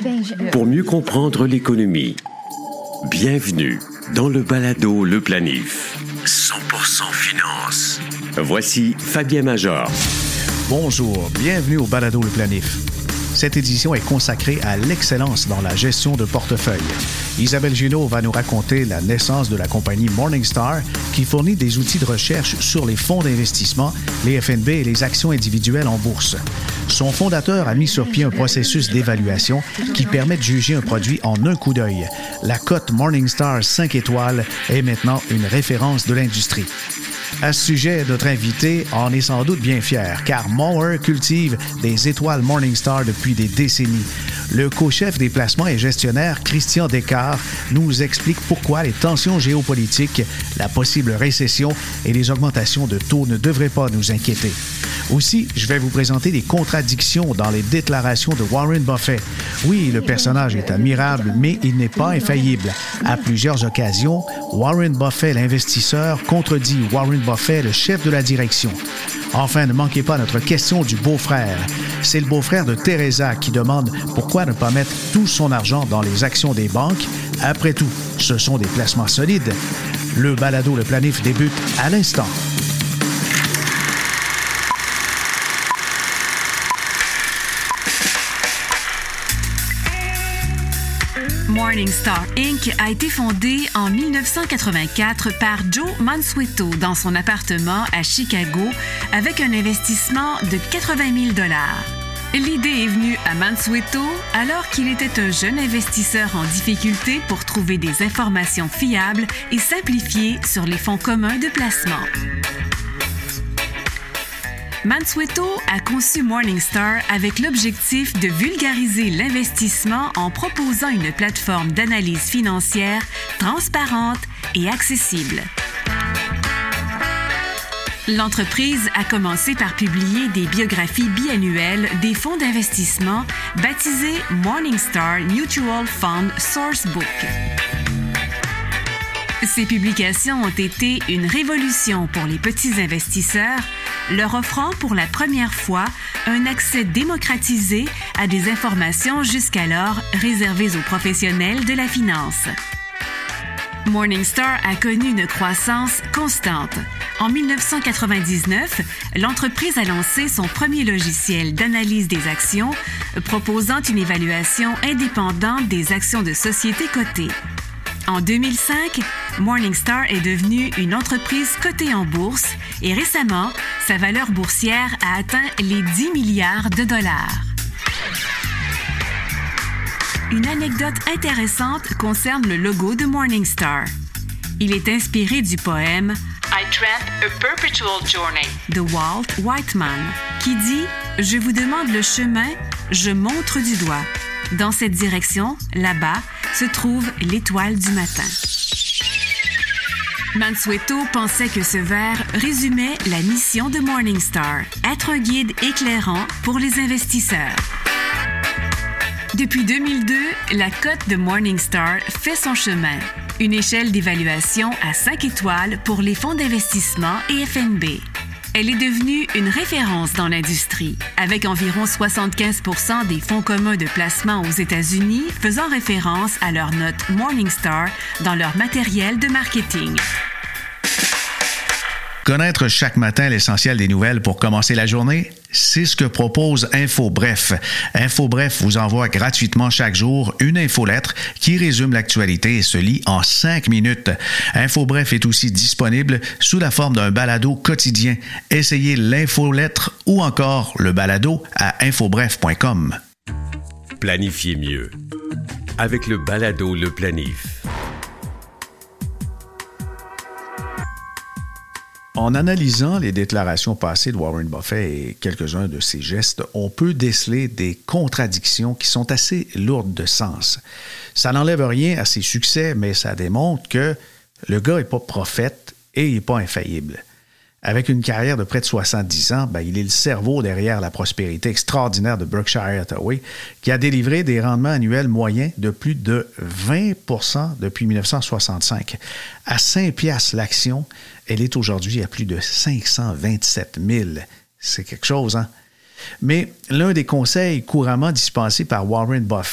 Pour mieux comprendre l'économie, bienvenue dans le balado Le Planif. 100% finance. Voici Fabien Major. Bonjour, bienvenue au balado Le Planif. Cette édition est consacrée à l'excellence dans la gestion de portefeuille. Isabelle Junot va nous raconter la naissance de la compagnie Morningstar qui fournit des outils de recherche sur les fonds d'investissement, les FNB et les actions individuelles en bourse. Son fondateur a mis sur pied un processus d'évaluation qui permet de juger un produit en un coup d'œil. La cote Morningstar 5 étoiles est maintenant une référence de l'industrie. À ce sujet, notre invité en est sans doute bien fier, car Mauer cultive des étoiles Morningstar depuis des décennies. Le co-chef des placements et gestionnaire, Christian Descartes, nous explique pourquoi les tensions géopolitiques, la possible récession et les augmentations de taux ne devraient pas nous inquiéter. Aussi, je vais vous présenter les contradictions dans les déclarations de Warren Buffett. Oui, le personnage est admirable, mais il n'est pas infaillible. À plusieurs occasions, Warren Buffett, l'investisseur, contredit Warren Buffett, le chef de la direction. Enfin, ne manquez pas notre question du beau-frère. C'est le beau-frère de Teresa qui demande pourquoi ne pas mettre tout son argent dans les actions des banques. Après tout, ce sont des placements solides. Le balado Le Planif débute à l'instant. Morningstar Inc. a été fondé en 1984 par Joe Mansueto dans son appartement à Chicago avec un investissement de 80 000 $. L'idée est venue à Mansueto alors qu'il était un jeune investisseur en difficulté pour trouver des informations fiables et simplifiées sur les fonds communs de placement. Mansueto a conçu Morningstar avec l'objectif de vulgariser l'investissement en proposant une plateforme d'analyse financière transparente et accessible. L'entreprise a commencé par publier des biographies biannuelles des fonds d'investissement baptisées Morningstar Mutual Fund Sourcebook. Ces publications ont été une révolution pour les petits investisseurs, leur offrant pour la première fois un accès démocratisé à des informations jusqu'alors réservées aux professionnels de la finance. Morningstar a connu une croissance constante. En 1999, l'entreprise a lancé son premier logiciel d'analyse des actions, proposant une évaluation indépendante des actions de sociétés cotées. En 2005, Morningstar est devenue une entreprise cotée en bourse et récemment, sa valeur boursière a atteint les 10 milliards $. Une anecdote intéressante concerne le logo de Morningstar. Il est inspiré du poème I Tramp a Perpetual Journey de Walt Whitman, qui dit « Je vous demande le chemin, je montre du doigt. Dans cette direction, là-bas, se trouve l'étoile du matin. » Mansueto pensait que ce vers résumait la mission de Morningstar, être un guide éclairant pour les investisseurs. Depuis 2002, la cote de Morningstar fait son chemin. Une échelle d'évaluation à 5 étoiles pour les fonds d'investissement et FNB. Elle est devenue une référence dans l'industrie, avec environ 75% des fonds communs de placement aux États-Unis faisant référence à leur note Morningstar dans leur matériel de marketing. Connaître chaque matin l'essentiel des nouvelles pour commencer la journée, c'est ce que propose InfoBref. InfoBref vous envoie gratuitement chaque jour une infolettre qui résume l'actualité et se lit en 5 minutes. InfoBref est aussi disponible sous la forme d'un balado quotidien. Essayez l'infolettre ou encore le balado à infobref.com. Planifiez mieux avec le balado Le Planif. En analysant les déclarations passées de Warren Buffett et quelques-uns de ses gestes, on peut déceler des contradictions qui sont assez lourdes de sens. Ça n'enlève rien à ses succès, mais ça démontre que le gars n'est pas prophète et il n'est pas infaillible. Avec une carrière de près de 70 ans, il est le cerveau derrière la prospérité extraordinaire de Berkshire Hathaway, qui a délivré des rendements annuels moyens de plus de 20 % depuis 1965. À 5 piastres l'action, elle est aujourd'hui à plus de 527 000. C'est quelque chose, hein? Mais l'un des conseils couramment dispensés par Warren Buffett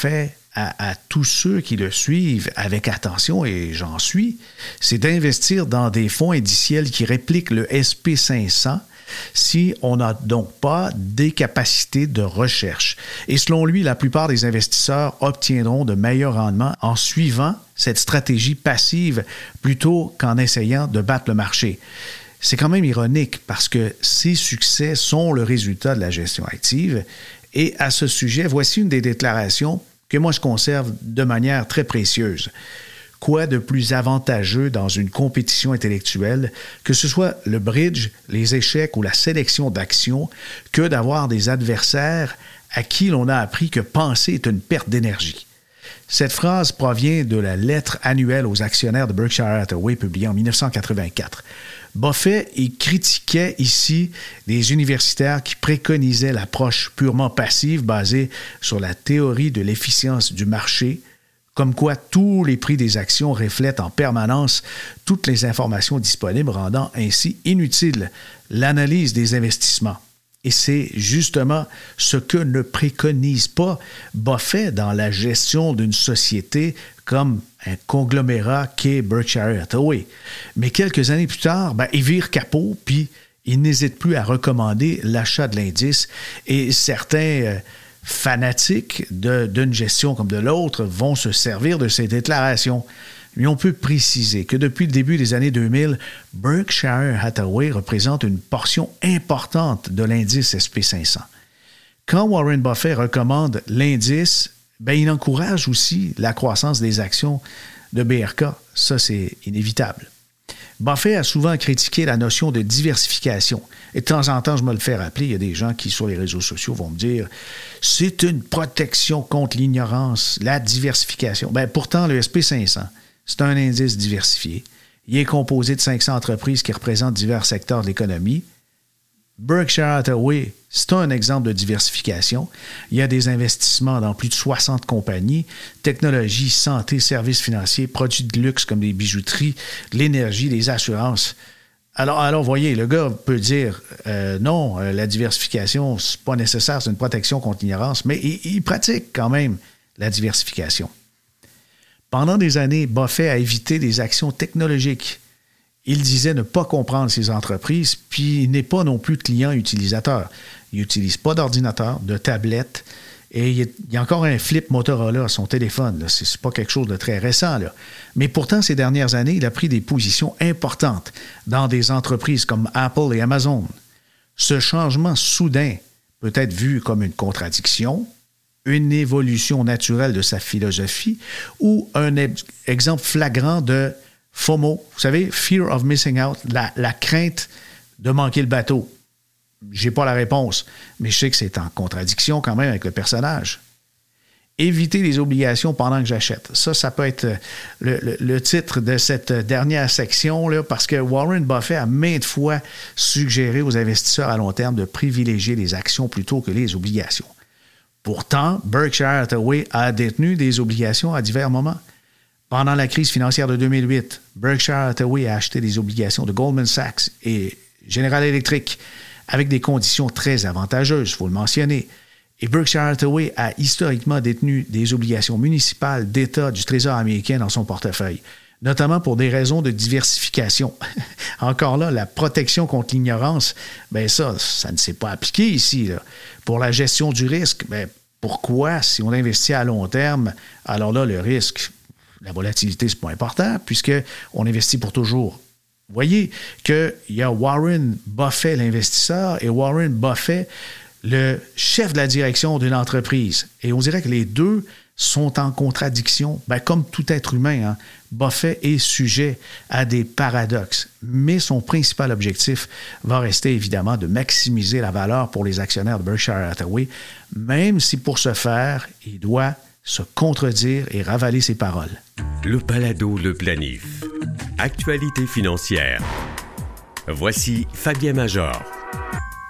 à tous ceux qui le suivent avec attention, et j'en suis, c'est d'investir dans des fonds indiciels qui répliquent le SP500 si on n'a donc pas des capacités de recherche. Et selon lui, la plupart des investisseurs obtiendront de meilleurs rendements en suivant cette stratégie passive plutôt qu'en essayant de battre le marché. C'est quand même ironique parce que ces succès sont le résultat de la gestion active. Et à ce sujet, voici une des déclarations que moi je conserve de manière très précieuse. Quoi de plus avantageux dans une compétition intellectuelle, que ce soit le bridge, les échecs ou la sélection d'actions, que d'avoir des adversaires à qui l'on a appris que penser est une perte d'énergie. Cette phrase provient de la lettre annuelle aux actionnaires de Berkshire Hathaway publiée en 1984. Buffett y critiquait ici des universitaires qui préconisaient l'approche purement passive basée sur la théorie de l'efficience du marché, comme quoi tous les prix des actions reflètent en permanence toutes les informations disponibles, rendant ainsi inutile l'analyse des investissements. Et c'est justement ce que ne préconise pas Buffett dans la gestion d'une société comme un conglomérat qu'est Berkshire Hathaway. Mais quelques années plus tard, il vire capot, puis il n'hésite plus à recommander l'achat de l'indice. Et certains fanatiques d'une gestion comme de l'autre vont se servir de ces déclarations. Mais on peut préciser que depuis le début des années 2000, Berkshire Hathaway représente une portion importante de l'indice SP500. Quand Warren Buffett recommande l'indice, il encourage aussi la croissance des actions de BRK. Ça, c'est inévitable. Buffett a souvent critiqué la notion de diversification. Et de temps en temps, je me le fais rappeler, il y a des gens qui, sur les réseaux sociaux, vont me dire « c'est une protection contre l'ignorance, la diversification ». Pourtant, le SP500, c'est un indice diversifié. Il est composé de 500 entreprises qui représentent divers secteurs de l'économie. Berkshire Hathaway, c'est un exemple de diversification. Il y a des investissements dans plus de 60 compagnies, technologie, santé, services financiers, produits de luxe comme des bijouteries, l'énergie, les assurances. Alors, voyez, le gars peut dire non, la diversification, c'est pas nécessaire, c'est une protection contre l'ignorance, mais il pratique quand même la diversification. Pendant des années, Buffett a évité des actions technologiques. Il disait ne pas comprendre ces entreprises, puis il n'est pas non plus client-utilisateur. Il n'utilise pas d'ordinateur, de tablette, et il y a encore un flip Motorola à son téléphone. Ce n'est pas quelque chose de très récent. Là. Mais pourtant, ces dernières années, il a pris des positions importantes dans des entreprises comme Apple et Amazon. Ce changement soudain peut être vu comme une contradiction, une évolution naturelle de sa philosophie ou un exemple flagrant de FOMO, vous savez, Fear of Missing Out, la crainte de manquer le bateau. J'ai pas la réponse, mais je sais que c'est en contradiction quand même avec le personnage. Éviter les obligations pendant que j'achète. Ça peut être le titre de cette dernière section, là, parce que Warren Buffett a maintes fois suggéré aux investisseurs à long terme de privilégier les actions plutôt que les obligations. Pourtant, Berkshire Hathaway a détenu des obligations à divers moments. Pendant la crise financière de 2008, Berkshire Hathaway a acheté des obligations de Goldman Sachs et General Electric avec des conditions très avantageuses, il faut le mentionner. Et Berkshire Hathaway a historiquement détenu des obligations municipales d'État du Trésor américain dans son portefeuille, notamment pour des raisons de diversification. Encore là, la protection contre l'ignorance, ça ne s'est pas appliqué ici. Là. Pour la gestion du risque, pourquoi, si on investit à long terme, alors là, le risque, la volatilité, c'est pas important, puisqu'on investit pour toujours. Vous voyez qu'il y a Warren Buffett, l'investisseur, et Warren Buffett, le chef de la direction d'une entreprise. Et on dirait que les deux sont en contradiction. Comme tout être humain, Buffett est sujet à des paradoxes. Mais son principal objectif va rester évidemment de maximiser la valeur pour les actionnaires de Berkshire Hathaway, même si pour ce faire, il doit se contredire et ravaler ses paroles. Le balado Le Planif. Actualité financière. Voici Fabien Major.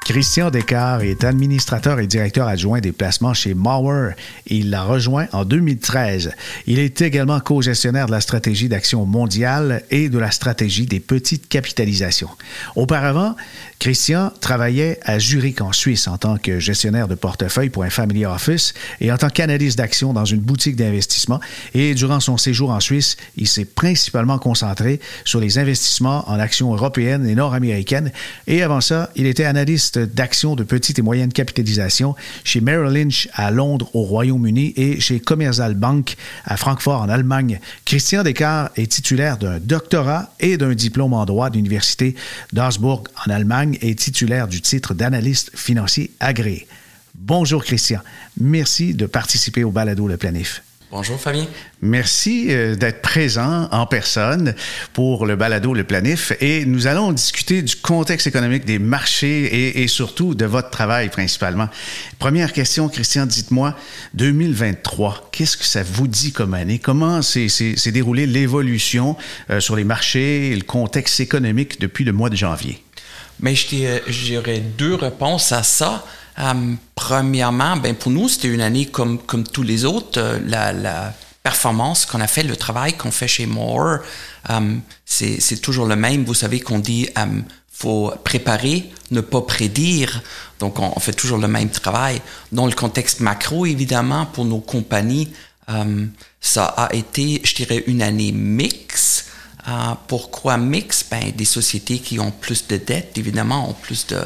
Christian Descartes est administrateur et directeur adjoint des placements chez Mauer et il l'a rejoint en 2013. Il est également co-gestionnaire de la stratégie d'action mondiale et de la stratégie des petites capitalisations. Auparavant, Christian travaillait à Zurich en Suisse en tant que gestionnaire de portefeuille pour un family office et en tant qu'analyste d'actions dans une boutique d'investissement. Et durant son séjour en Suisse, il s'est principalement concentré sur les investissements en actions européennes et nord-américaines. Et avant ça, il était analyste d'actions de petite et moyenne capitalisation chez Merrill Lynch à Londres au Royaume-Uni et chez Commerzbank à Francfort en Allemagne. Christian Descartes est titulaire d'un doctorat et d'un diplôme en droit de l'Université d'Augsbourg en Allemagne et titulaire du titre d'analyste financier agréé. Bonjour Christian, merci de participer au Balado Le Planif. Bonjour Fabien. Merci d'être présent en personne pour le Balado Le Planif et nous allons discuter du contexte économique des marchés et surtout de votre travail principalement. Première question, Christian, dites-moi, 2023, qu'est-ce que ça vous dit comme année? Comment s'est déroulée l'évolution sur les marchés et le contexte économique depuis le mois de janvier? Mais j'aurais deux réponses à ça. Premièrement, pour nous, c'était une année comme tous les autres. La performance qu'on a fait, le travail qu'on fait chez Mauer, c'est toujours le même. Vous savez qu'on dit faut préparer, ne pas prédire. Donc, on fait toujours le même travail. Dans le contexte macro, évidemment, pour nos compagnies, ça a été, je dirais, une année mixte. Pourquoi mixte? Des sociétés qui ont plus de dettes, évidemment, ont plus de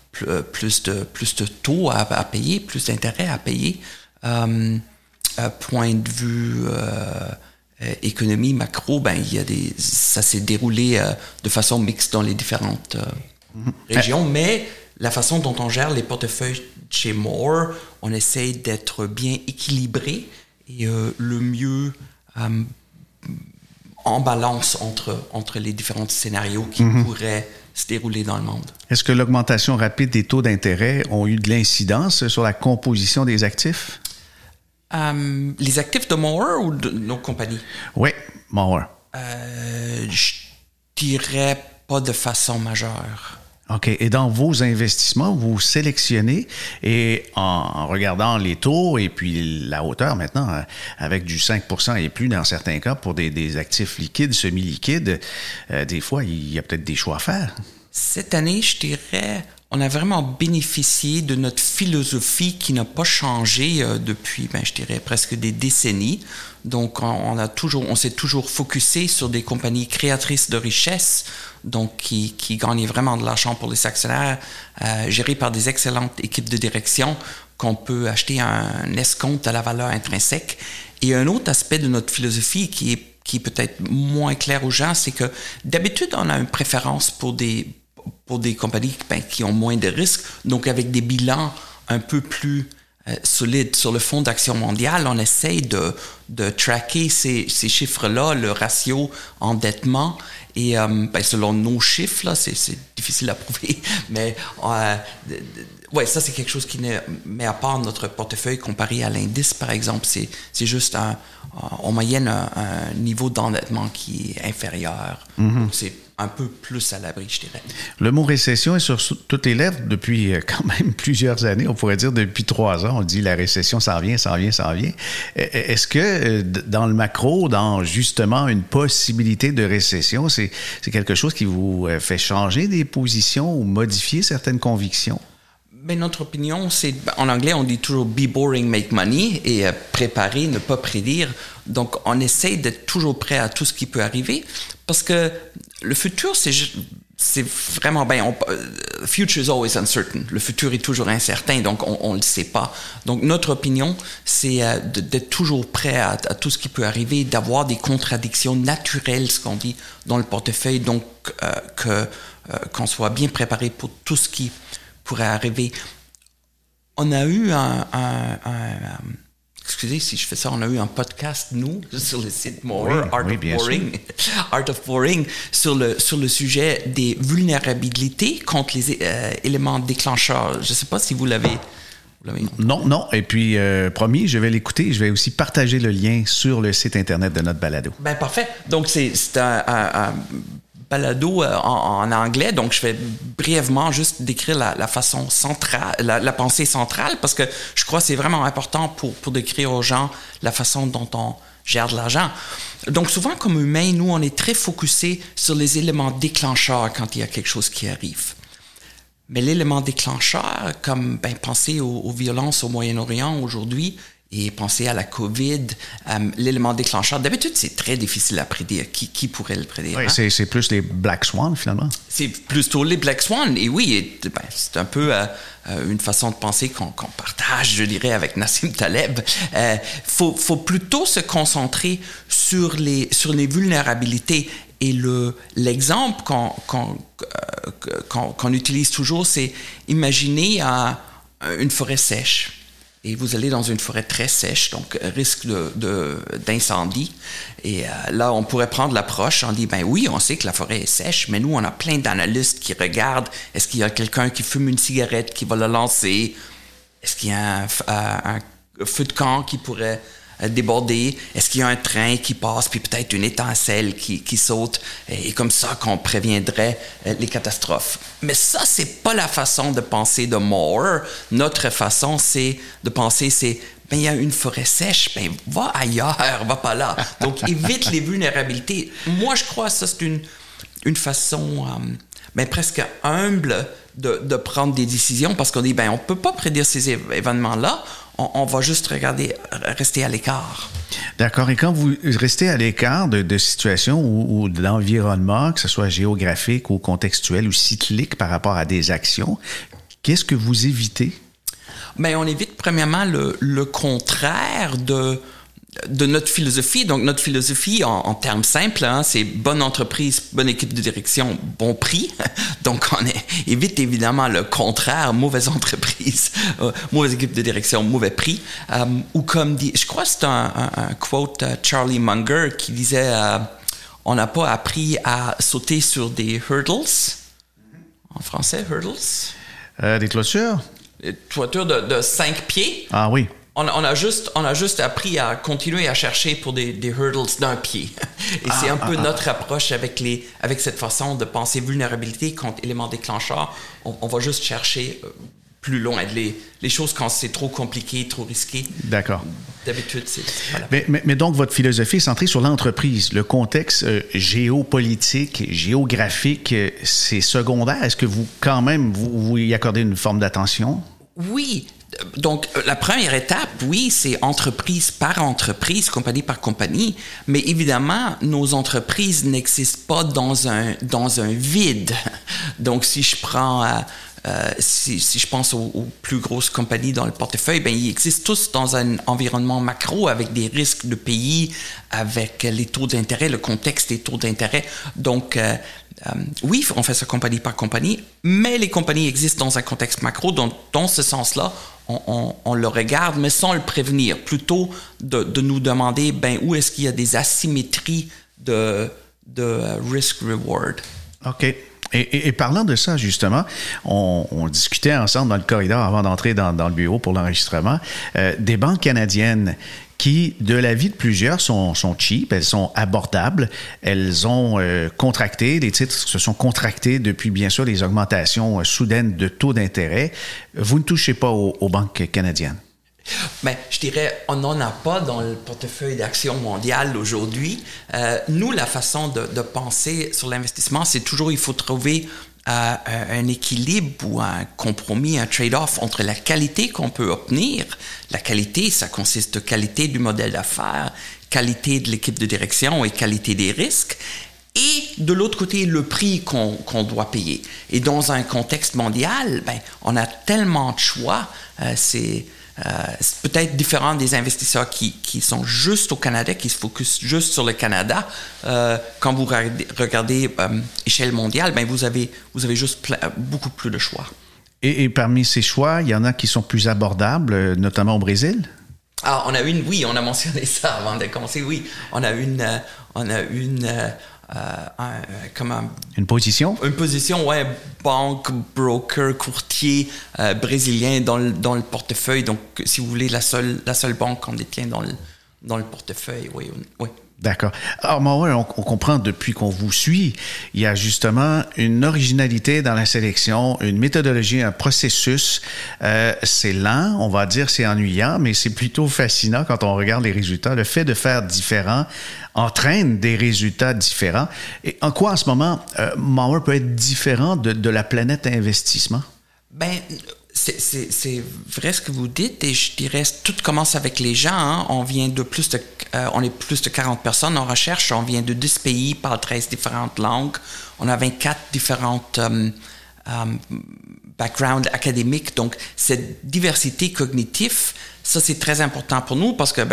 taux à payer, plus d'intérêts à payer. Point de vue économie macro, ça s'est déroulé de façon mixte dans les différentes régions, mais la façon dont on gère les portefeuilles chez Mauer, on essaie d'être bien équilibré et le mieux en balance entre les différents scénarios qui pourraient se dérouler dans le monde. Est-ce que l'augmentation rapide des taux d'intérêt ont eu de l'incidence sur la composition des actifs? Les actifs de Mauer ou de nos compagnies? Oui, Mauer. Je dirais pas de façon majeure. OK. Et dans vos investissements, vous sélectionnez et en regardant les taux et puis la hauteur maintenant, avec du 5% et plus dans certains cas pour des actifs liquides, semi-liquides, des fois, il y a peut-être des choix à faire. Cette année, je dirais, on a vraiment bénéficié de notre philosophie qui n'a pas changé depuis, je dirais, presque des décennies. Donc, on s'est toujours focusé sur des compagnies créatrices de richesse, donc qui gagnaient vraiment de l'argent pour les actionnaires, gérées par des excellentes équipes de direction qu'on peut acheter un escompte à la valeur intrinsèque. Et un autre aspect de notre philosophie qui est peut-être moins clair aux gens, c'est que d'habitude, on a une préférence pour des compagnies qui ont moins de risques, donc avec des bilans un peu plus solides. Sur le fonds d'action mondiale, on essaye de tracker ces chiffres-là, le ratio endettement, et selon nos chiffres, là, c'est difficile à prouver, mais ça c'est quelque chose qui met à part notre portefeuille comparé à l'indice, par exemple. C'est juste en moyenne un niveau d'endettement qui est inférieur. Donc c'est un peu plus à l'abri, je dirais. Le mot récession est sur toutes les lèvres depuis quand même plusieurs années. On pourrait dire depuis 3 ans, on dit la récession s'en vient. Est-ce que dans le macro, dans justement une possibilité de récession, c'est quelque chose qui vous fait changer des positions ou modifier certaines convictions? Mais notre opinion, c'est, en anglais, on dit toujours « be boring, make money » et préparer, ne pas prédire. Donc, on essaie d'être toujours prêt à tout ce qui peut arriver parce que le futur, c'est vraiment future is always uncertain. Le futur est toujours incertain, donc on le sait pas. Donc, notre opinion, c'est d'être toujours prêt à tout ce qui peut arriver, d'avoir des contradictions naturelles, ce qu'on dit, dans le portefeuille, donc qu'on soit bien préparé pour tout ce qui pourrait arriver. On a eu excusez si je fais ça, on a eu un podcast, nous, sur le site Mauer, Art of Boring, sur le sujet des vulnérabilités contre les éléments déclencheurs. Je ne sais pas si vous l'avez... Non. Et puis, promis, je vais l'écouter. Je vais aussi partager le lien sur le site Internet de notre balado. Parfait. Donc, c'est un balado en anglais, donc je vais brièvement juste décrire la façon centrale, la pensée centrale, parce que je crois que c'est vraiment important pour décrire aux gens la façon dont on gère de l'argent. Donc souvent, comme humains, nous, on est très focusés sur les éléments déclencheurs quand il y a quelque chose qui arrive. Mais l'élément déclencheur, comme pensez aux violences au Moyen-Orient aujourd'hui, et penser à la COVID, l'élément déclencheur. D'habitude, c'est très difficile à prédire. Qui pourrait le prédire? Oui, hein? c'est plus les Black Swans, finalement. C'est plutôt les Black Swans. Et oui, c'est un peu une façon de penser qu'on partage, je dirais, avec Nassim Taleb. Faut plutôt se concentrer sur les vulnérabilités. Et l'exemple qu'on utilise toujours, c'est imaginer une forêt sèche. Et vous allez dans une forêt très sèche, donc risque d'incendie. Et là, on pourrait prendre l'approche, on dit, oui, on sait que la forêt est sèche, mais nous, on a plein d'analystes qui regardent. Est-ce qu'il y a quelqu'un qui fume une cigarette qui va la lancer? Est-ce qu'il y a un feu de camp qui pourrait déborder? Est-ce qu'il y a un train qui passe, puis peut-être une étincelle qui saute? Et comme ça qu'on préviendrait les catastrophes. Mais ça, c'est pas la façon de penser de Moore. Notre façon, c'est de penser, il y a une forêt sèche, va ailleurs, va pas là. Donc, évite les vulnérabilités. Moi, je crois que ça, c'est une façon presque humble de prendre des décisions, parce qu'on dit, on peut pas prédire ces événements-là. On va juste rester à l'écart. D'accord. Et quand vous restez à l'écart de situations ou de l'environnement, que ce soit géographique ou contextuel ou cyclique par rapport à des actions, qu'est-ce que vous évitez? On évite premièrement le contraire de notre philosophie. Donc, notre philosophie, en termes simples, c'est bonne entreprise, bonne équipe de direction, bon prix. Donc, on évite évidemment le contraire, mauvaise entreprise, mauvaise équipe de direction, mauvais prix. Ou comme dit, je crois que c'est un quote Charlie Munger qui disait on n'a pas appris à sauter sur des hurdles. En français, hurdles? Des clôtures? Des toitures de 5 pieds. Ah oui. On a juste appris à continuer à chercher pour des hurdles d'un pied. Et c'est un peu notre approche avec cette façon de penser vulnérabilité contre éléments déclencheurs. On va juste chercher plus loin. Les choses quand c'est trop compliqué, trop risqué. D'accord. D'habitude, c'est voilà. Mais donc, votre philosophie est centrée sur l'entreprise. Le contexte géopolitique, géographique, c'est secondaire. Est-ce que vous y accordez une forme d'attention? Oui. Donc, la première étape, oui, c'est entreprise par entreprise, compagnie par compagnie. Mais évidemment, nos entreprises n'existent pas dans un vide. Donc, si je prends... si je pense aux plus grosses compagnies dans le portefeuille, ils existent tous dans un environnement macro avec des risques de pays, avec les taux d'intérêt, le contexte des taux d'intérêt. Donc, oui, on fait ça compagnie par compagnie, mais les compagnies existent dans un contexte macro. Donc, dans ce sens-là, on le regarde, mais sans le prévenir. Plutôt de nous demander où est-ce qu'il y a des asymétries de risk-reward. OK. Et parlant de ça, justement, on discutait ensemble dans le corridor avant d'entrer dans le bureau pour l'enregistrement, des banques canadiennes qui, de l'avis de plusieurs, sont cheap, elles sont abordables, elles ont contracté, les titres se sont contractés depuis, bien sûr, les augmentations soudaines de taux d'intérêt. Vous ne touchez pas aux banques canadiennes? Je dirais, on n'en a pas dans le portefeuille d'actions mondiales aujourd'hui. Nous, la façon de penser sur l'investissement, c'est toujours, il faut trouver un équilibre ou un compromis, un trade-off entre la qualité qu'on peut obtenir. La qualité, ça consiste de qualité du modèle d'affaires, qualité de l'équipe de direction et qualité des risques. Et de l'autre côté, le prix qu'on doit payer. Et dans un contexte mondial, on a tellement de choix, c'est peut-être différent des investisseurs qui sont juste au Canada, qui se focusent juste sur le Canada. Quand vous regardez échelle mondiale, vous avez juste beaucoup plus de choix. Et parmi ces choix, il y en a qui sont plus abordables, notamment au Brésil? Ah, on a mentionné ça avant de commencer. Oui, on a une une position? Une position, ouais, banque, broker, courtier brésilien dans le portefeuille. Donc, si vous voulez, la seule banque qu'on détient dans le portefeuille, oui. D'accord. Alors, moi, on comprend depuis qu'on vous suit, il y a justement une originalité dans la sélection, une méthodologie, un processus. C'est lent, on va dire, c'est ennuyant, mais c'est plutôt fascinant quand on regarde les résultats. Le fait de faire différent entraîne des résultats différents. Et en quoi, en ce moment, Mauer peut être différent de la planète investissement? Ben, c'est vrai ce que vous dites, et je dirais tout commence avec les gens. Hein. On est plus de 40 personnes en recherche. On vient de 10 pays, parle 13 différentes langues. On a 24 différentes backgrounds académiques. Donc, cette diversité cognitive, ça c'est très important pour nous parce que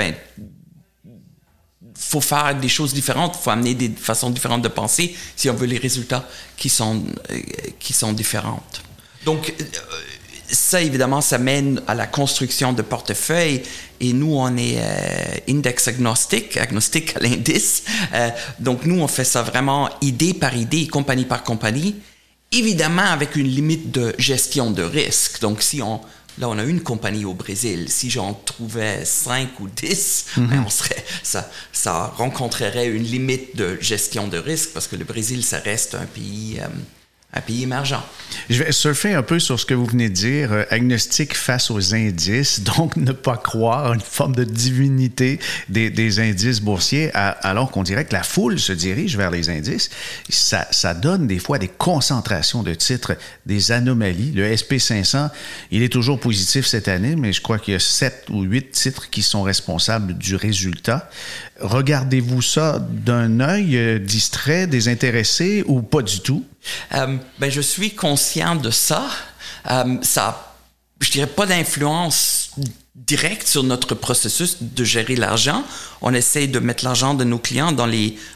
faut faire des choses différentes, faut amener des façons différentes de penser si on veut les résultats qui sont différentes. Donc, ça, évidemment, ça mène à la construction de portefeuilles. Et nous, on est index agnostique à l'indice. Donc, nous, on fait ça vraiment idée par idée, compagnie par compagnie. Évidemment, avec une limite de gestion de risque. Donc, là, on a une compagnie au Brésil. Si j'en trouvais 5 ou 10, ça rencontrerait une limite de gestion de risque parce que le Brésil, ça reste un pays émergent. Je vais surfer un peu sur ce que vous venez de dire, agnostique face aux indices, donc ne pas croire à une forme de divinité des indices boursiers, alors qu'on dirait que la foule se dirige vers les indices. Ça donne des fois des concentrations de titres, des anomalies. Le SP500, il est toujours positif cette année, mais je crois qu'il y a 7 ou 8 titres qui sont responsables du résultat. Regardez-vous ça d'un œil distrait, désintéressé ou pas du tout? Je suis conscient de ça. Ça, je dirais pas d'influence directe sur notre processus de gérer l'argent. On essaie de mettre l'argent de nos clients dans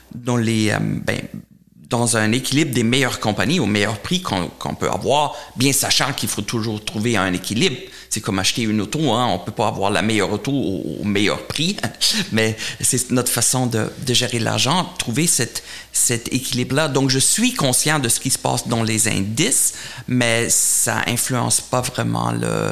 un équilibre des meilleures compagnies au meilleur prix qu'on peut avoir, bien sachant qu'il faut toujours trouver un équilibre. C'est comme acheter une auto, hein? On peut pas avoir la meilleure auto au meilleur prix, mais c'est notre façon de gérer l'argent, trouver cet équilibre-là. Donc, je suis conscient de ce qui se passe dans les indices, mais ça influence pas vraiment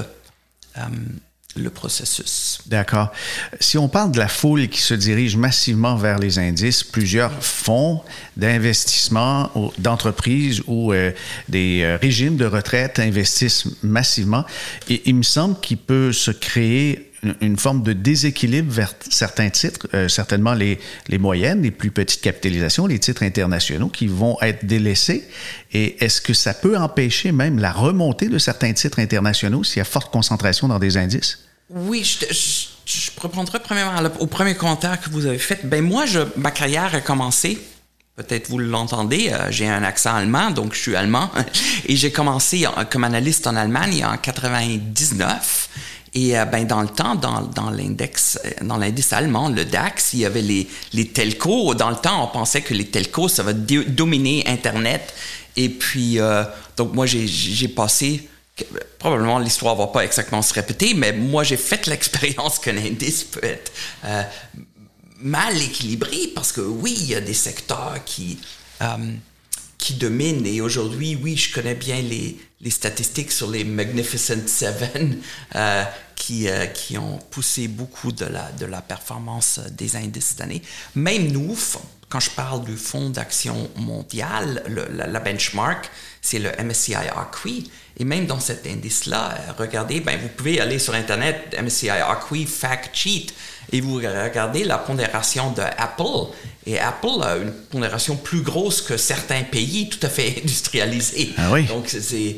le processus. D'accord. Si on parle de la foule qui se dirige massivement vers les indices, plusieurs fonds d'investissement d'entreprises ou des régimes de retraite investissent massivement. Et il me semble qu'il peut se créer une forme de déséquilibre vers certains titres, certainement les moyennes, les plus petites capitalisations, les titres internationaux qui vont être délaissés. Et est-ce que ça peut empêcher même la remontée de certains titres internationaux s'il y a forte concentration dans des indices? Oui, je reprendrai premièrement au premier commentaire que vous avez fait. Moi, ma carrière a commencé, peut-être vous l'entendez, j'ai un accent allemand, donc je suis allemand, et j'ai commencé comme analyste en Allemagne en 99. Et dans le temps, dans l'indice allemand, le DAX, il y avait les telcos. Dans le temps, on pensait que les telcos, ça va dominer Internet. Et puis, donc moi, j'ai passé... Probablement, l'histoire va pas exactement se répéter, mais moi, j'ai fait l'expérience qu'un indice peut être mal équilibré parce que oui, il y a des secteurs qui dominent. Et aujourd'hui, oui, je connais bien les statistiques sur les Magnificent Seven qui ont poussé beaucoup de la performance des indices cette année. Même nous, quand je parle du fonds d'action mondial, la benchmark, c'est le MSCI ACWI. Et même dans cet indice-là, regardez, vous pouvez aller sur Internet, MSCI ACWI Fact Sheet, et vous regardez la pondération de Apple. Et Apple a une pondération plus grosse que certains pays tout à fait industrialisés. Ah oui. Donc,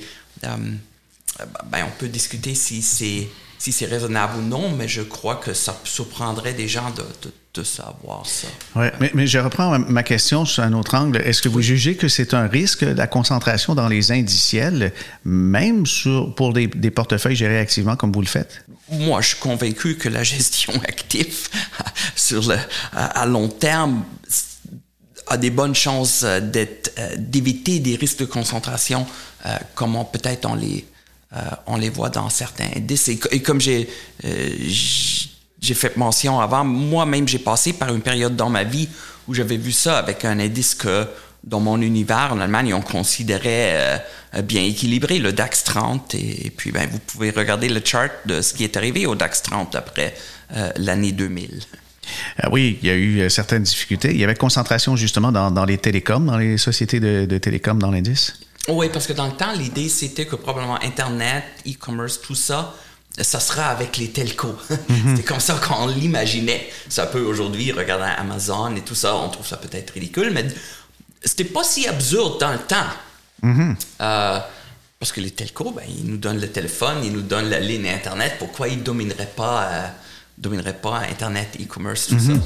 on peut discuter si c'est raisonnable ou non, mais je crois que ça surprendrait des gens de savoir ça. Oui, mais je reprends ma question sur un autre angle. Est-ce que vous jugez que c'est un risque, la concentration dans les indiciels, même pour des portefeuilles gérés activement comme vous le faites? Moi, je suis convaincu que la gestion active à long terme a des bonnes chances d'éviter des risques de concentration comme peut-être on les voit dans certains indices. Et comme j'ai fait mention avant, moi-même, j'ai passé par une période dans ma vie où j'avais vu ça avec un indice que, dans mon univers, en Allemagne, on considérait bien équilibré, le DAX 30. Et puis, vous pouvez regarder le chart de ce qui est arrivé au DAX 30 après l'année 2000. Oui, il y a eu certaines difficultés. Il y avait concentration justement dans les télécoms, dans les sociétés de télécoms dans l'indice? Oui, parce que dans le temps, l'idée, c'était que probablement Internet, e-commerce, tout ça, ça sera avec les telcos. C'était comme ça qu'on l'imaginait. Ça peut aujourd'hui, regarder Amazon et tout ça, on trouve ça peut-être ridicule, mais c'était pas si absurde dans le temps. Parce que les telcos, ils nous donnent le téléphone, ils nous donnent la ligne Internet. Pourquoi ils ne domineraient pas Internet, e-commerce, tout ça?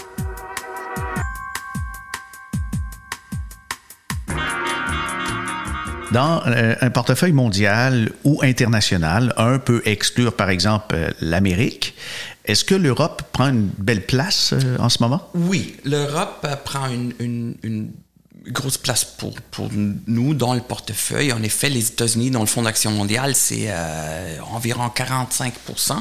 Dans un portefeuille mondial ou international, un peut exclure, par exemple, l'Amérique. Est-ce que l'Europe prend une belle place en ce moment? Oui, l'Europe prend une grosse place pour nous dans le portefeuille. En effet, les États-Unis, dans le Fonds d'action mondiale, c'est environ 45%.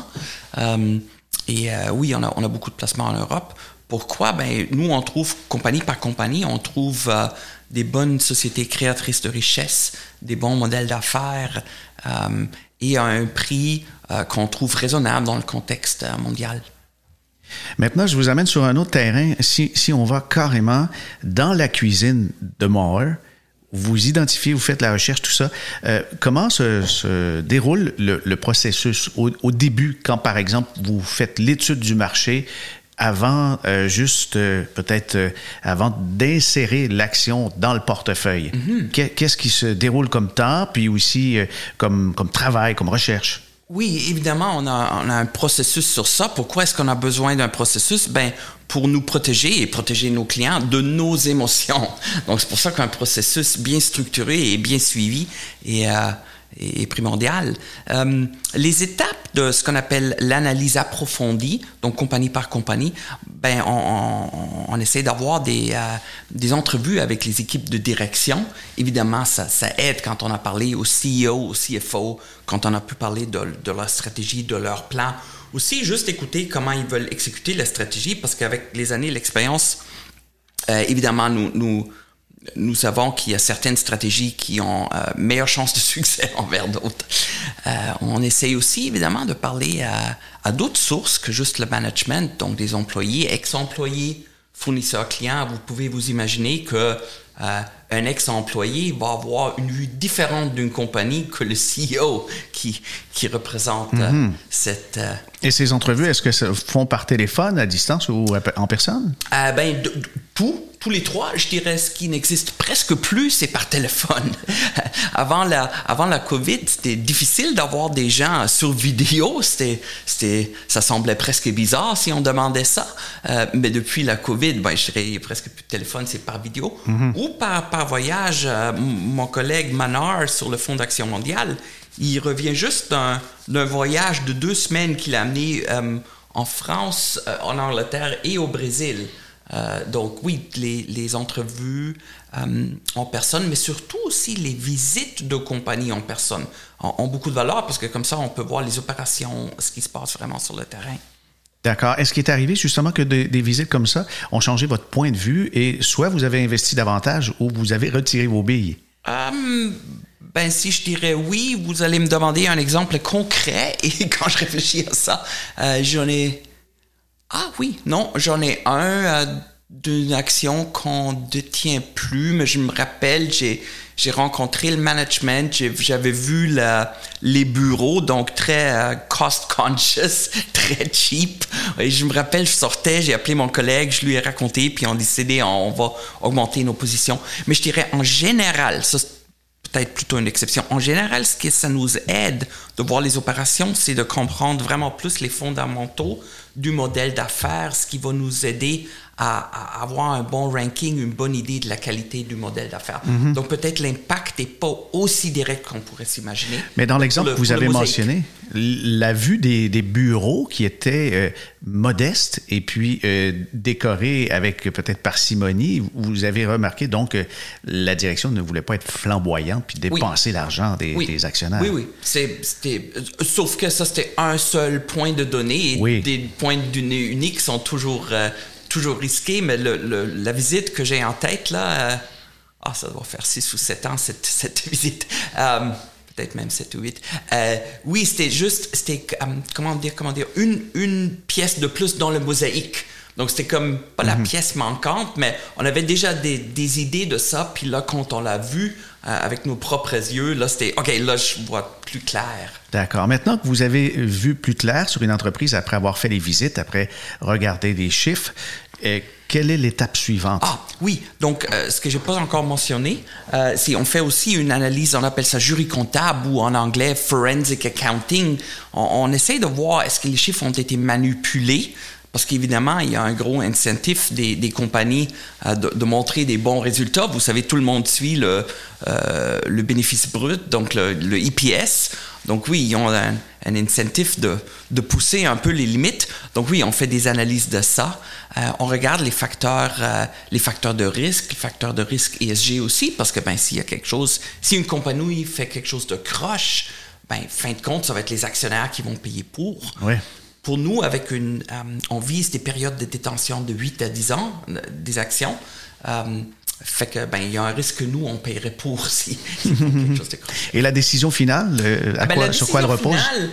Oui, on a beaucoup de placements en Europe. Pourquoi? Nous, on trouve, compagnie par compagnie, on trouve des bonnes sociétés créatrices de richesse, des bons modèles d'affaires et à un prix qu'on trouve raisonnable dans le contexte mondial. Maintenant, je vous amène sur un autre terrain. Si on va carrément dans la cuisine de Mauer, vous identifiez, vous faites la recherche, tout ça. Comment se déroule le processus au début, quand, par exemple, vous faites l'étude du marché avant peut-être avant d'insérer l'action dans le portefeuille? Qu'est-ce qui se déroule comme temps, puis aussi comme travail, comme recherche? Oui, évidemment, on a un processus sur ça. Pourquoi est-ce qu'on a besoin d'un processus? Pour nous protéger et protéger nos clients de nos émotions. Donc, c'est pour ça qu'un processus bien structuré et bien suivi est primordial. Les étapes de ce qu'on appelle l'analyse approfondie, donc compagnie par compagnie, on essaie d'avoir des entrevues avec les équipes de direction. Évidemment, ça aide quand on a parlé au CEO, au CFO, quand on a pu parler de leur stratégie, de leur plan. Aussi, juste écouter comment ils veulent exécuter la stratégie, parce qu'avec les années, l'expérience, évidemment, nous savons qu'il y a certaines stratégies qui ont meilleure chance de succès envers d'autres. On essaye aussi, évidemment, de parler à d'autres sources que juste le management, donc des employés, ex-employés, fournisseurs clients. Vous pouvez vous imaginer que un ex-employé va avoir une vue différente d'une compagnie que le CEO qui représente cette... Et ces entrevues, est-ce que se font par téléphone, à distance ou en personne? Tous les trois, je dirais, ce qui n'existe presque plus, c'est par téléphone. Avant la COVID, c'était difficile d'avoir des gens sur vidéo. Ça semblait presque bizarre si on demandait ça. Mais depuis la COVID, je dirais, il n'y a presque plus de téléphone, c'est par vidéo. Ou par voyage. Mon collègue Manar, sur le Fonds d'action mondiale, il revient juste d'un voyage de 2 semaines qu'il a amené en France, en Angleterre et au Brésil. Donc oui, les entrevues en personne, mais surtout aussi les visites de compagnie en personne ont beaucoup de valeur, parce que comme ça, on peut voir les opérations, ce qui se passe vraiment sur le terrain. D'accord. Est-ce qu'il est arrivé justement que des visites comme ça ont changé votre point de vue et soit vous avez investi davantage ou vous avez retiré vos billes? Si je dirais oui, vous allez me demander un exemple concret, et quand je réfléchis à ça, j'en ai un d'une action qu'on ne détient plus, mais je me rappelle, j'ai rencontré le management, j'avais vu les bureaux, donc très cost conscious, très cheap. Et je me rappelle, je sortais, j'ai appelé mon collègue, je lui ai raconté, puis on a décidé, on va augmenter nos positions. Mais je dirais, en général, ça c'est peut-être plutôt une exception. En général, ce que ça nous aide de voir les opérations, c'est de comprendre vraiment plus les fondamentaux du modèle d'affaires, ce qui va nous aider à avoir un bon ranking, une bonne idée de la qualité du modèle d'affaires. Donc peut-être l'impact n'est pas aussi direct qu'on pourrait s'imaginer. Mais dans l'exemple que vous avez mentionné, la vue des bureaux qui étaient modestes et puis décorés avec peut-être parcimonie, vous avez remarqué donc que la direction ne voulait pas être flamboyante puis dépenser l'argent des actionnaires. Oui. Sauf que ça, c'était un seul point de données et des points de données uniques sont toujours risqués, mais la visite que j'ai en tête, là, ça doit faire 6 ou 7 ans, cette visite. Peut-être même 7 ou 8. C'était comment dire, une pièce de plus dans le mosaïque. Donc, c'était comme pas la pièce manquante, mais on avait déjà des idées de ça. Puis là, quand on l'a vu avec nos propres yeux, là, c'était OK, là, je vois plus clair. D'accord. Maintenant que vous avez vu plus clair sur une entreprise après avoir fait les visites, après regarder les chiffres, quelle est l'étape suivante? Ah, oui. Donc, ce que je n'ai pas encore mentionné, c'est on fait aussi une analyse, on appelle ça jury comptable ou en anglais forensic accounting. On essaie de voir est-ce que les chiffres ont été manipulés. Parce qu'évidemment, il y a un gros incentive des compagnies de montrer des bons résultats. Vous savez, tout le monde suit le bénéfice brut, donc le EPS. Donc oui, ils ont un incentive de pousser un peu les limites. Donc oui, on fait des analyses de ça. On regarde les facteurs de risque, les facteurs de risque ESG aussi, parce que s'il y a quelque chose, si une compagnie fait quelque chose de croche, fin de compte, ça va être les actionnaires qui vont payer pour. Oui. Pour nous, on vise des périodes de détention de 8 à 10 ans des actions. Fait que, il y a un risque que nous, on paierait pour si quelque chose de croche. Et la décision finale, sur quoi elle repose?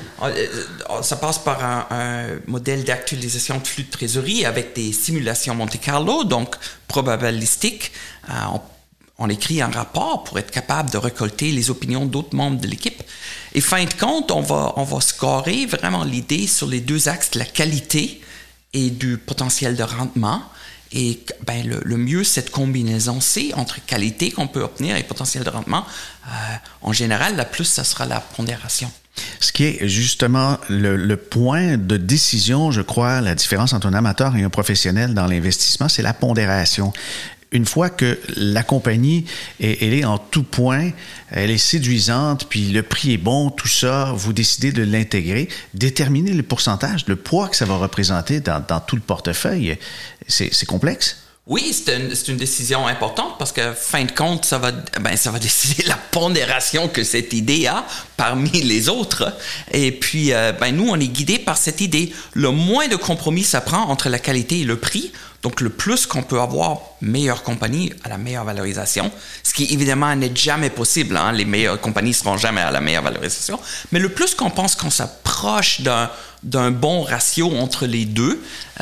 Ça passe par un modèle d'actualisation de flux de trésorerie avec des simulations Monte Carlo, donc probabilistiques. On écrit un rapport pour être capable de récolter les opinions d'autres membres de l'équipe. Et fin de compte, on va scorer vraiment l'idée sur les deux axes de la qualité et du potentiel de rendement. Et le mieux, cette combinaison-C entre qualité qu'on peut obtenir et potentiel de rendement, en général, la plus, ça sera la pondération. Ce qui est justement le point de décision, je crois, la différence entre un amateur et un professionnel dans l'investissement, c'est la pondération. Une fois que la compagnie elle est en tout point, elle est séduisante, puis le prix est bon, tout ça, vous décidez de l'intégrer, déterminer le pourcentage, le poids que ça va représenter dans tout le portefeuille, c'est complexe? Oui, c'est une décision importante parce que, fin de compte, ça va décider la pondération que cette idée a parmi les autres. Et puis, nous, on est guidés par cette idée. Le moins de compromis ça prend entre la qualité et le prix. Donc, le plus qu'on peut avoir, meilleure compagnie à la meilleure valorisation, ce qui évidemment n'est jamais possible. Hein? Les meilleures compagnies ne seront jamais à la meilleure valorisation. Mais le plus qu'on pense qu'on s'approche d'un bon ratio entre les deux,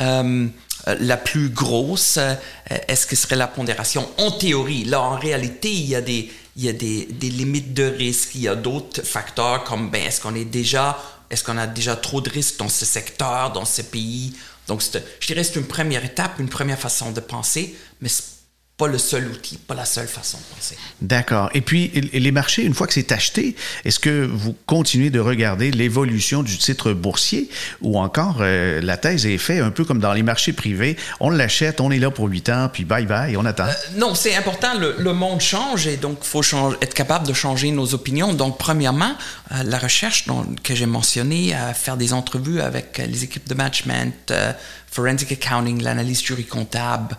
la plus grosse, est-ce que serait la pondération? En théorie, là, en réalité, il y a des limites de risque, il y a d'autres facteurs comme, est-ce qu'on a déjà trop de risques dans ce secteur, dans ce pays? Donc, je dirais que c'est une première étape, une première façon de penser, mais c'est pas le seul outil, pas la seule façon de penser. D'accord. Et puis, les marchés, une fois que c'est acheté, est-ce que vous continuez de regarder l'évolution du titre boursier ou encore la thèse est faite un peu comme dans les marchés privés, on l'achète, on est là pour 8 ans, puis bye-bye, on attend? Non, c'est important, le monde change et donc il faut être capable de changer nos opinions. Donc, premièrement, la recherche que j'ai mentionnée, faire des entrevues avec les équipes de management, forensic accounting, l'analyse jury comptable.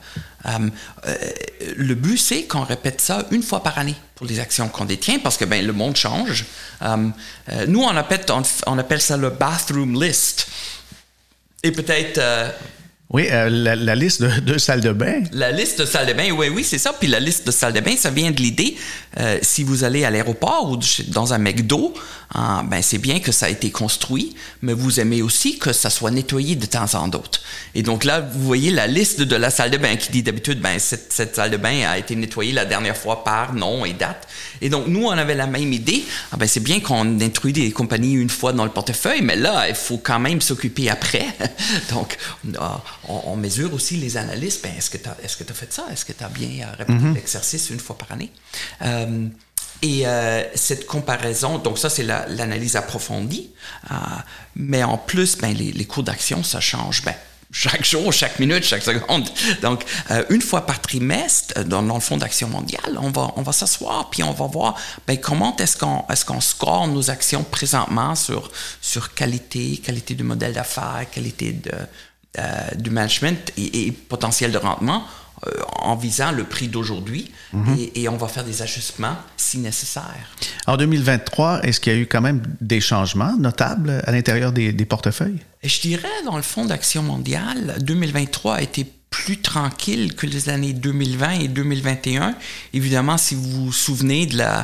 Le but, c'est qu'on répète ça une fois par année pour les actions qu'on détient parce que le monde change. Nous, on appelle ça le bathroom list. Et peut-être... Oui, la liste de salles de bain. La liste de salles de bain, oui, c'est ça. Puis la liste de salles de bain, ça vient de l'idée, si vous allez à l'aéroport ou dans un McDo, c'est bien que ça a été construit, mais vous aimez aussi que ça soit nettoyé de temps en temps. Et donc là, vous voyez la liste de la salle de bain qui dit d'habitude, cette salle de bain a été nettoyée la dernière fois par nom et date. Et donc, nous, on avait la même idée. C'est bien qu'on introduise des compagnies une fois dans le portefeuille, mais là, il faut quand même s'occuper après. Donc, on mesure aussi les analyses. Est-ce que tu as fait ça? Est-ce que tu as bien répété l'exercice une fois par année? Et cette comparaison, donc ça, c'est l'analyse approfondie. Mais en plus, les cours d'action, ça change. Chaque jour, chaque minute, chaque seconde. Donc, une fois par trimestre, dans le Fonds d'action mondial, on va s'asseoir puis on va voir comment est-ce qu'on score nos actions présentement sur qualité du modèle d'affaires, qualité du management et potentiel de rendement en visant le prix d'aujourd'hui et on va faire des ajustements si nécessaire. En 2023, est-ce qu'il y a eu quand même des changements notables à l'intérieur des portefeuilles? Je dirais, dans le Fonds d'action mondial, 2023 a été plus tranquille que les années 2020 et 2021. Évidemment, si vous vous souvenez de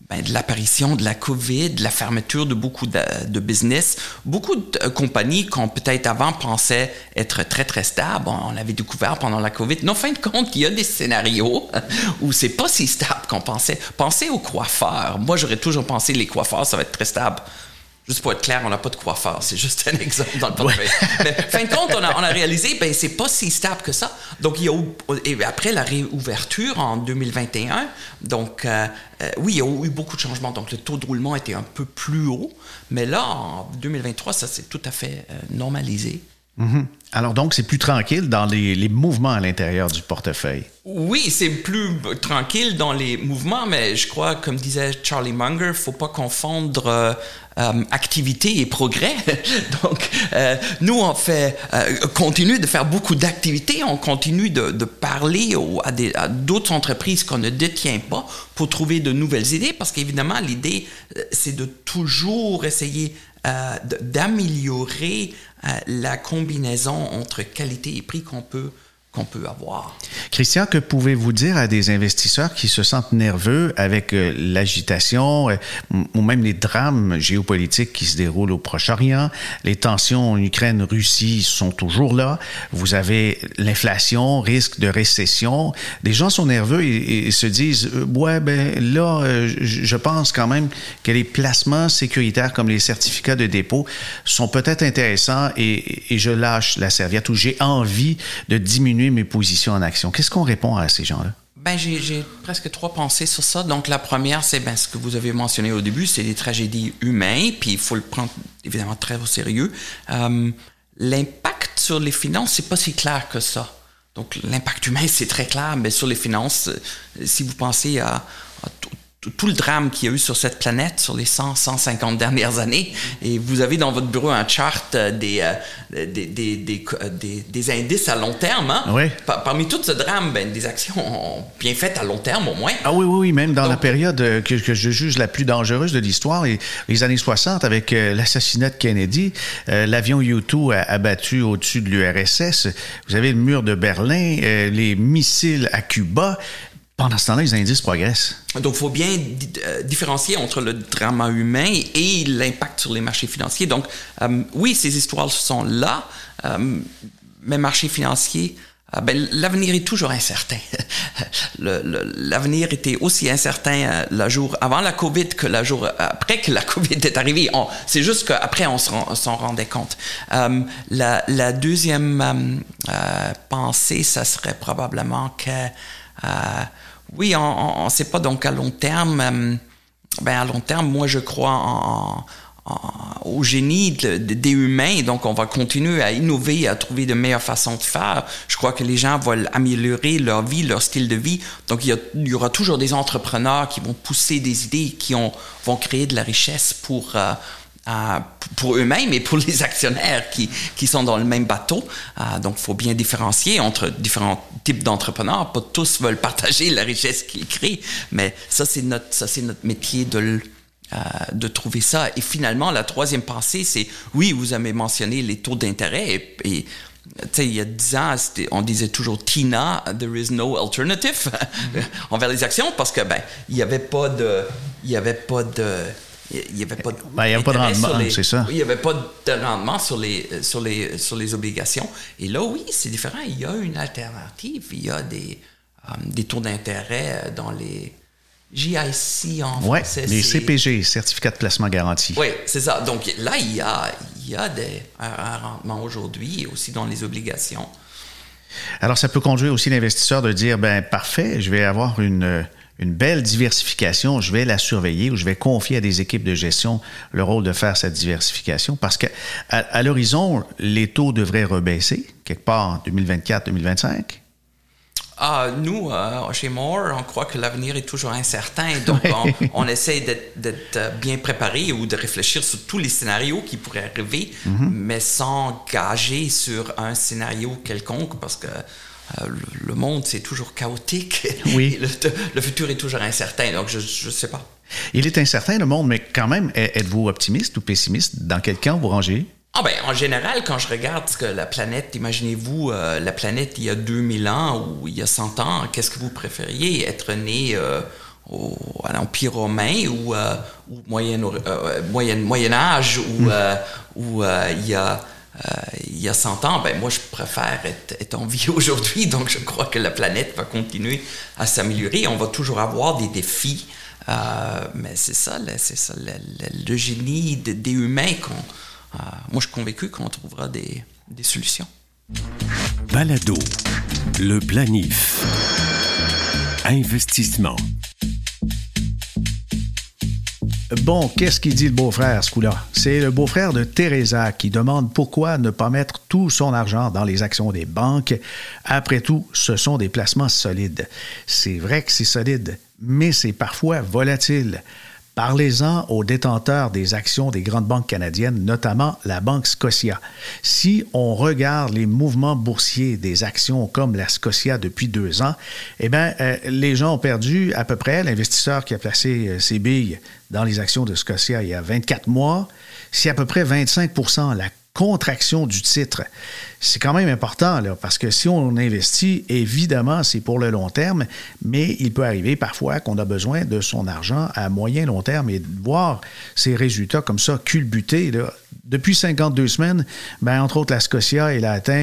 de l'apparition de la COVID, de la fermeture de beaucoup de business. Beaucoup de compagnies qu'on peut-être avant pensaient être très, très stables, on avait découvert pendant la COVID. Mais en fin de compte, il y a des scénarios où c'est pas si stable qu'on pensait. Pensez aux coiffeurs. Moi, j'aurais toujours pensé que les coiffeurs, ça va être très stable. Juste pour être clair, on n'a pas de coiffeur. C'est juste un exemple dans le portefeuille. Mais fin de compte, on a réalisé, c'est pas si stable que ça. Donc, et après la réouverture en 2021, donc, oui, il y a eu beaucoup de changements. Donc, le taux de roulement était un peu plus haut. Mais là, en 2023, ça s'est tout à fait normalisé. Mm-hmm. Alors donc, c'est plus tranquille dans les mouvements à l'intérieur du portefeuille. Oui, c'est plus tranquille dans les mouvements, mais je crois, comme disait Charlie Munger, il ne faut pas confondre activité et progrès. Donc, nous, on continue de faire beaucoup d'activités, on continue de parler à d'autres entreprises qu'on ne détient pas pour trouver de nouvelles idées, parce qu'évidemment, l'idée, c'est de toujours essayer d'améliorer la combinaison entre qualité et prix qu'on peut avoir. Christian, que pouvez-vous dire à des investisseurs qui se sentent nerveux avec l'agitation ou même les drames géopolitiques qui se déroulent au Proche-Orient? Les tensions en Ukraine-Russie sont toujours là. Vous avez l'inflation, risque de récession. Des gens sont nerveux et se disent « Ouais, là, je pense quand même que les placements sécuritaires comme les certificats de dépôt sont peut-être intéressants et je lâche la serviette ou j'ai envie de diminuer mes positions en action. » Qu'est-ce qu'on répond à ces gens-là? J'ai presque 3 pensées sur ça. Donc, la première, c'est ce que vous avez mentionné au début, c'est des tragédies humaines, puis il faut le prendre évidemment très au sérieux. L'impact sur les finances, c'est pas si clair que ça. Donc, l'impact humain, c'est très clair, mais sur les finances, si vous pensez à tout le drame qu'il y a eu sur cette planète sur les 150 dernières années, et vous avez dans votre bureau un chart des indices à long terme. Hein? Oui. Parmi tout ce drame, des actions ont bien fait à long terme au moins. Ah oui, même dans la période que je juge la plus dangereuse de l'histoire, les années 60, avec l'assassinat de Kennedy, l'avion U-2 abattu au-dessus de l'URSS, vous avez le mur de Berlin, les missiles à Cuba. Pendant ce temps-là, les indices progressent. Donc, il faut bien différencier entre le drame humain et l'impact sur les marchés financiers. Donc, oui, ces histoires sont là, mais marchés financiers, l'avenir est toujours incertain. L'avenir était aussi incertain le jour avant la COVID que le jour après que la COVID est arrivée. C'est juste qu'après, on s'en rendait compte. La deuxième pensée, ça serait probablement que... oui, on ne sait pas, donc à long terme, à long terme, moi je crois au génie des humains, donc on va continuer à innover, à trouver de meilleures façons de faire. Je crois que les gens vont améliorer leur vie, leur style de vie, donc il y aura toujours des entrepreneurs qui vont pousser des idées, qui vont créer de la richesse pour eux-mêmes et pour les actionnaires qui sont dans le même bateau. Donc, il faut bien différencier entre différents types d'entrepreneurs. Pas tous veulent partager la richesse qu'ils créent, mais ça, c'est notre métier de trouver ça. Et finalement, la troisième pensée, c'est, oui, vous avez mentionné les taux d'intérêt et tu sais, il y a 10 ans, on disait toujours « Tina, there is no alternative » envers les actions parce que, il n'y avait pas de rendement, c'est ça. Il n'y avait pas de rendement sur les obligations. Et là, oui, c'est différent. Il y a une alternative. Il y a des taux d'intérêt dans les GIC en français. Les CPG, certificats de placement garanti. Oui, c'est ça. Donc là, il y a un rendement aujourd'hui aussi dans les obligations. Alors, ça peut conduire aussi l'investisseur de dire, parfait, je vais avoir une belle diversification, je vais la surveiller ou je vais confier à des équipes de gestion le rôle de faire cette diversification parce qu'à l'horizon, les taux devraient rebaisser quelque part en 2024-2025? Nous, chez Moore, on croit que l'avenir est toujours incertain. Donc, on essaie d'être bien préparé ou de réfléchir sur tous les scénarios qui pourraient arriver, mais sans gager sur un scénario quelconque parce que le monde, c'est toujours chaotique. Oui. Le futur est toujours incertain, donc je ne sais pas. Il est incertain, le monde, mais quand même, êtes-vous optimiste ou pessimiste? Dans quel camp vous rangez? En général, quand je regarde ce que la planète, imaginez-vous la planète il y a 2000 ans ou il y a 100 ans, qu'est-ce que vous préfériez? Être né à l'Empire romain ou Moyen Âge où il y a 100 ans, ben moi je préfère être en vie aujourd'hui, donc je crois que la planète va continuer à s'améliorer. On va toujours avoir des défis, mais c'est ça le génie des humains. Moi je suis convaincu qu'on trouvera des solutions. Balado, le planif. Investissement. Bon, qu'est-ce qu'il dit le beau-frère, ce coup-là? C'est le beau-frère de Teresa qui demande pourquoi ne pas mettre tout son argent dans les actions des banques. Après tout, ce sont des placements solides. C'est vrai que c'est solide, mais c'est parfois volatile. Parlez-en aux détenteurs des actions des grandes banques canadiennes, notamment la Banque Scotia. Si on regarde les mouvements boursiers des actions comme la Scotia depuis 2 ans, les gens ont perdu à peu près, l'investisseur qui a placé ses billes dans les actions de Scotia il y a 24 mois, c'est à peu près 25 % la contraction du titre. C'est quand même important, là, parce que si on investit, évidemment, c'est pour le long terme, mais il peut arriver parfois qu'on a besoin de son argent à moyen long terme et de voir ces résultats comme ça culbuter, là. Depuis 52 semaines, entre autres, la Scotia, elle a atteint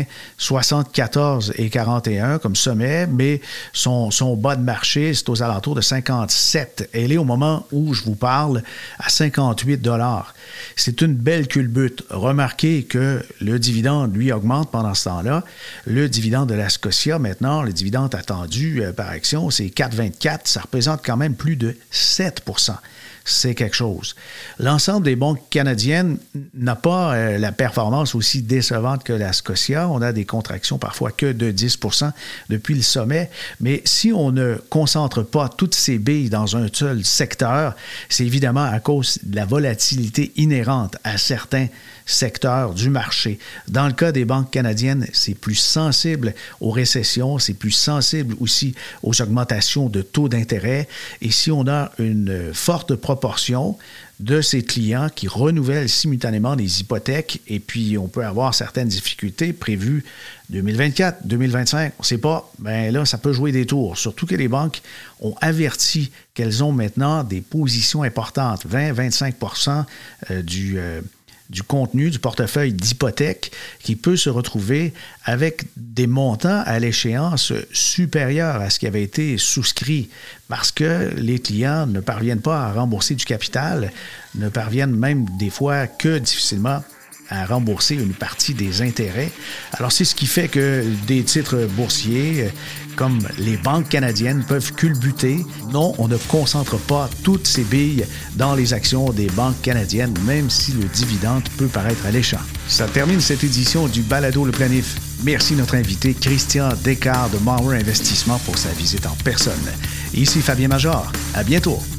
74,41 comme sommet, mais son bas de marché, c'est aux alentours de 57. Elle est, au moment où je vous parle, à 58 $. C'est une belle culbute. Remarquez que le dividende, lui, augmente pendant ce temps-là. Le dividende de la Scotia, maintenant, le dividende attendu par action, c'est 4,24. Ça représente quand même plus de 7 %. C'est quelque chose. L'ensemble des banques canadiennes n'a pas la performance aussi décevante que la Scotia. On a des contractions parfois que de 10 % depuis le sommet. Mais si on ne concentre pas toutes ces billes dans un seul secteur, c'est évidemment à cause de la volatilité inhérente à certains secteurs du marché. Dans le cas des banques canadiennes, c'est plus sensible aux récessions, c'est plus sensible aussi aux augmentations de taux d'intérêt. Et si on a une forte proportion de ces clients qui renouvellent simultanément des hypothèques, et puis on peut avoir certaines difficultés prévues 2024, 2025, on ne sait pas, là, ça peut jouer des tours. Surtout que les banques ont averti qu'elles ont maintenant des positions importantes, 20-25 % du contenu du portefeuille d'hypothèque qui peut se retrouver avec des montants à l'échéance supérieurs à ce qui avait été souscrit parce que les clients ne parviennent pas à rembourser du capital, ne parviennent même des fois que difficilement à rembourser une partie des intérêts. Alors, c'est ce qui fait que des titres boursiers comme les banques canadiennes peuvent culbuter. Non, on ne concentre pas toutes ces billes dans les actions des banques canadiennes, même si le dividende peut paraître alléchant. Ça termine cette édition du Balado Le Planif. Merci notre invité Christian Descartes de Maurer Investissement pour sa visite en personne. Ici Fabien Major. À bientôt.